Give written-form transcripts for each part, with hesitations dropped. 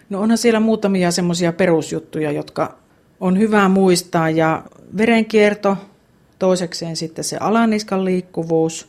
No onhan siellä muutamia semmoisia perusjuttuja, jotka on hyvä muistaa. Ja verenkierto, toisekseen sitten se alaniskan liikkuvuus,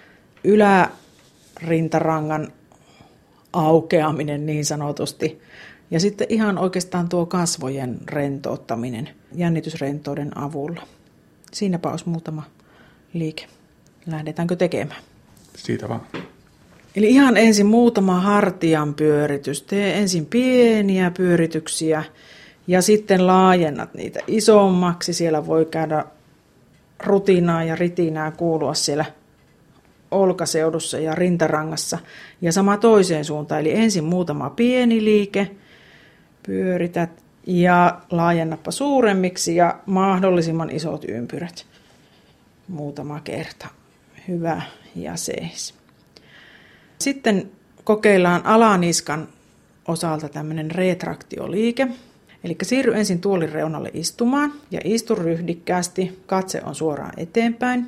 ylärintarangan aukeaminen niin sanotusti. Ja sitten ihan oikeastaan tuo kasvojen rentouttaminen jännitysrentouden avulla. Siinäpä olisi muutama liike. Lähdetäänkö tekemään? Siitä vaan. Eli ihan ensin muutama hartian pyöritys. Tee ensin pieniä pyörityksiä ja sitten laajennat niitä isommaksi. Siellä voi käydä rutinaa ja ritinää kuulua siellä olkaseudussa ja rintarangassa. Ja sama toiseen suuntaan. Eli ensin muutama pieni liike. Pyörität ja laajennappa suuremmiksi ja mahdollisimman isot ympyrät. Muutama kerta. Hyvä ja seis. Sitten kokeillaan alaniskan osalta tämmöinen retraktioliike. Eli siirry ensin tuolin reunalle istumaan ja istu ryhdikkäästi. Katse on suoraan eteenpäin.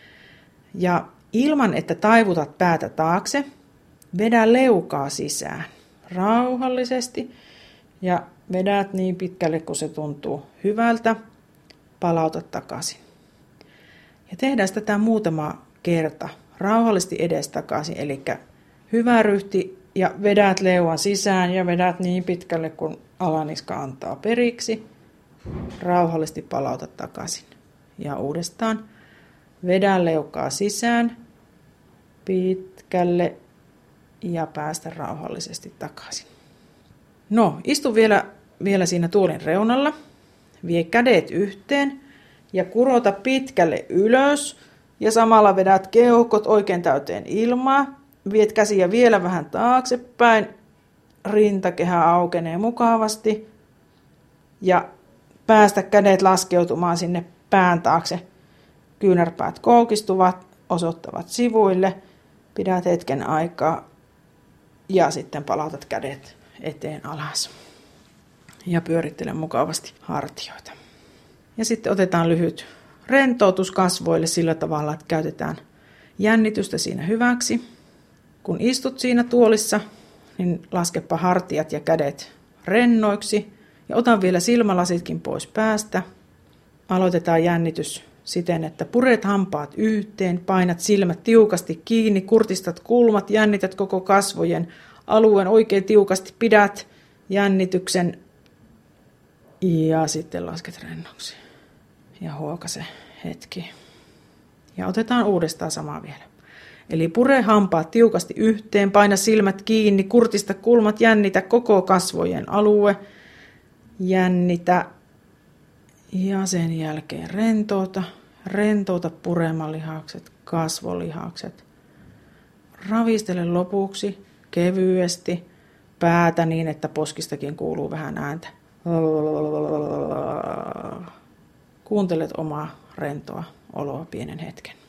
Ja ilman, että taivutat päätä taakse, vedä leukaa sisään rauhallisesti. Ja vedät niin pitkälle, kun se tuntuu hyvältä. Palauta takaisin. Ja tehdään tätä muutama kerta. Rauhallisesti edestakaisin. Eli hyvä ryhti ja vedät leuan sisään ja vedät niin pitkälle, kun alaniska antaa periksi. Rauhallisesti palauta takaisin. Ja uudestaan. Vedä leukaa sisään pitkälle ja päästä rauhallisesti takaisin. No, istu vielä siinä tuolin reunalla. Vie kädet yhteen ja kurota pitkälle ylös. Ja samalla vedät keuhkot oikein täyteen ilmaa. Viet käsiä vielä vähän taaksepäin. Rintakehä aukenee mukavasti. Ja päästä kädet laskeutumaan sinne pään taakse. Kyynärpäät koukistuvat, osoittavat sivuille. Pidät hetken aikaa ja sitten palautat kädet eteen alas. Ja pyörittele mukavasti hartioita. Ja sitten otetaan lyhyt rentoutus kasvoille sillä tavalla, että käytetään jännitystä siinä hyväksi. Kun istut siinä tuolissa, niin laskepa hartiat ja kädet rennoiksi. Ja otan vielä silmälasitkin pois päästä. Aloitetaan jännitys siten, että puret hampaat yhteen, painat silmät tiukasti kiinni, kurtistat kulmat, jännität koko kasvojen alueen oikein tiukasti, pidät jännityksen ja sitten lasket rennoksi. Ja huokaise hetki. Ja otetaan uudestaan sama vielä. Eli pure hampaat tiukasti yhteen, paina silmät kiinni, kurtista kulmat, jännitä koko kasvojen alue. Jännitä. Ja sen jälkeen rentouta puremalihakset, kasvolihakset. Ravistele lopuksi kevyesti päätä niin, että poskistakin kuuluu vähän ääntä. Kuuntelet omaa rentoa oloa pienen hetken.